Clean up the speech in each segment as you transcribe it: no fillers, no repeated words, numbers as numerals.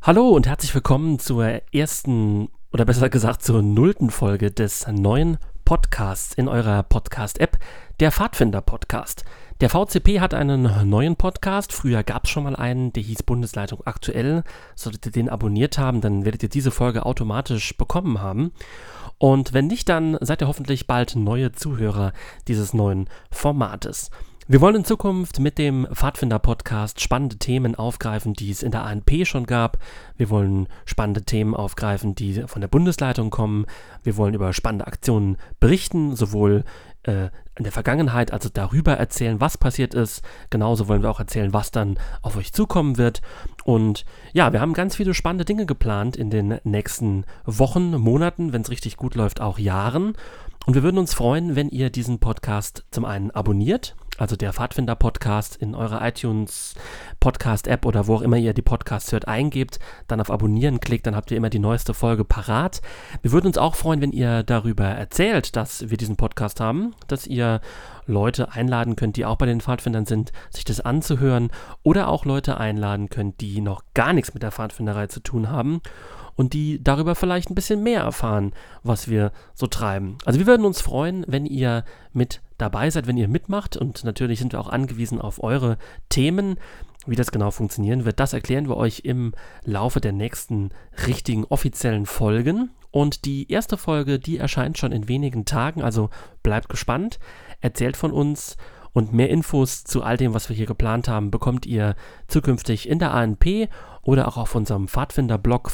Hallo und herzlich willkommen zur ersten oder besser gesagt zur 0. Folge des neuen Podcasts in eurer Podcast-App, der Pfadfinder-Podcast. Der VCP hat einen neuen Podcast. Früher gab es schon mal einen, der hieß Bundesleitung aktuell. Solltet ihr den abonniert haben, dann werdet ihr diese Folge automatisch bekommen haben. Und wenn nicht, dann seid ihr hoffentlich bald neue Zuhörer dieses neuen Formates. Wir wollen in Zukunft mit dem Pfadfinder-Podcast spannende Themen aufgreifen, die es in der ANP schon gab. Wir wollen spannende Themen aufgreifen, die von der Bundesleitung kommen. Wir wollen über spannende Aktionen berichten, sowohl in der Vergangenheit, also darüber erzählen, was passiert ist. Genauso wollen wir auch erzählen, was dann auf euch zukommen wird. Und ja, wir haben ganz viele spannende Dinge geplant in den nächsten Wochen, Monaten, wenn es richtig gut läuft, auch Jahren. Und wir würden uns freuen, wenn ihr diesen Podcast zum einen abonniert, also der Pfadfinder-Podcast in eurer iTunes-Podcast-App oder wo auch immer ihr die Podcasts hört, eingebt, dann auf Abonnieren klickt, dann habt ihr immer die neueste Folge parat. Wir würden uns auch freuen, wenn ihr darüber erzählt, dass wir diesen Podcast haben, dass ihr Leute einladen könnt, die auch bei den Pfadfindern sind, sich das anzuhören oder auch Leute einladen könnt, die noch gar nichts mit der Pfadfinderei zu tun haben und die darüber vielleicht ein bisschen mehr erfahren, was wir so treiben. Also wir würden uns freuen, wenn ihr mit dabei seid, wenn ihr mitmacht, und natürlich sind wir auch angewiesen auf eure Themen. Wie das genau funktionieren wird, das erklären wir euch im Laufe der nächsten richtigen offiziellen Folgen. Und die erste Folge, die erscheint schon in wenigen Tagen, also bleibt gespannt, erzählt von uns. Und mehr Infos zu all dem, was wir hier geplant haben, bekommt ihr zukünftig in der ANP oder auch auf unserem Pfadfinder-Blog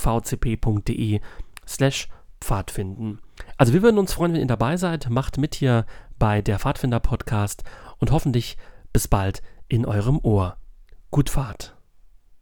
vcp.de/Pfadfinden. Also wir würden uns freuen, wenn ihr dabei seid. Macht mit hier bei der Pfadfinder-Podcast und hoffentlich bis bald in eurem Ohr. Gut Fahrt!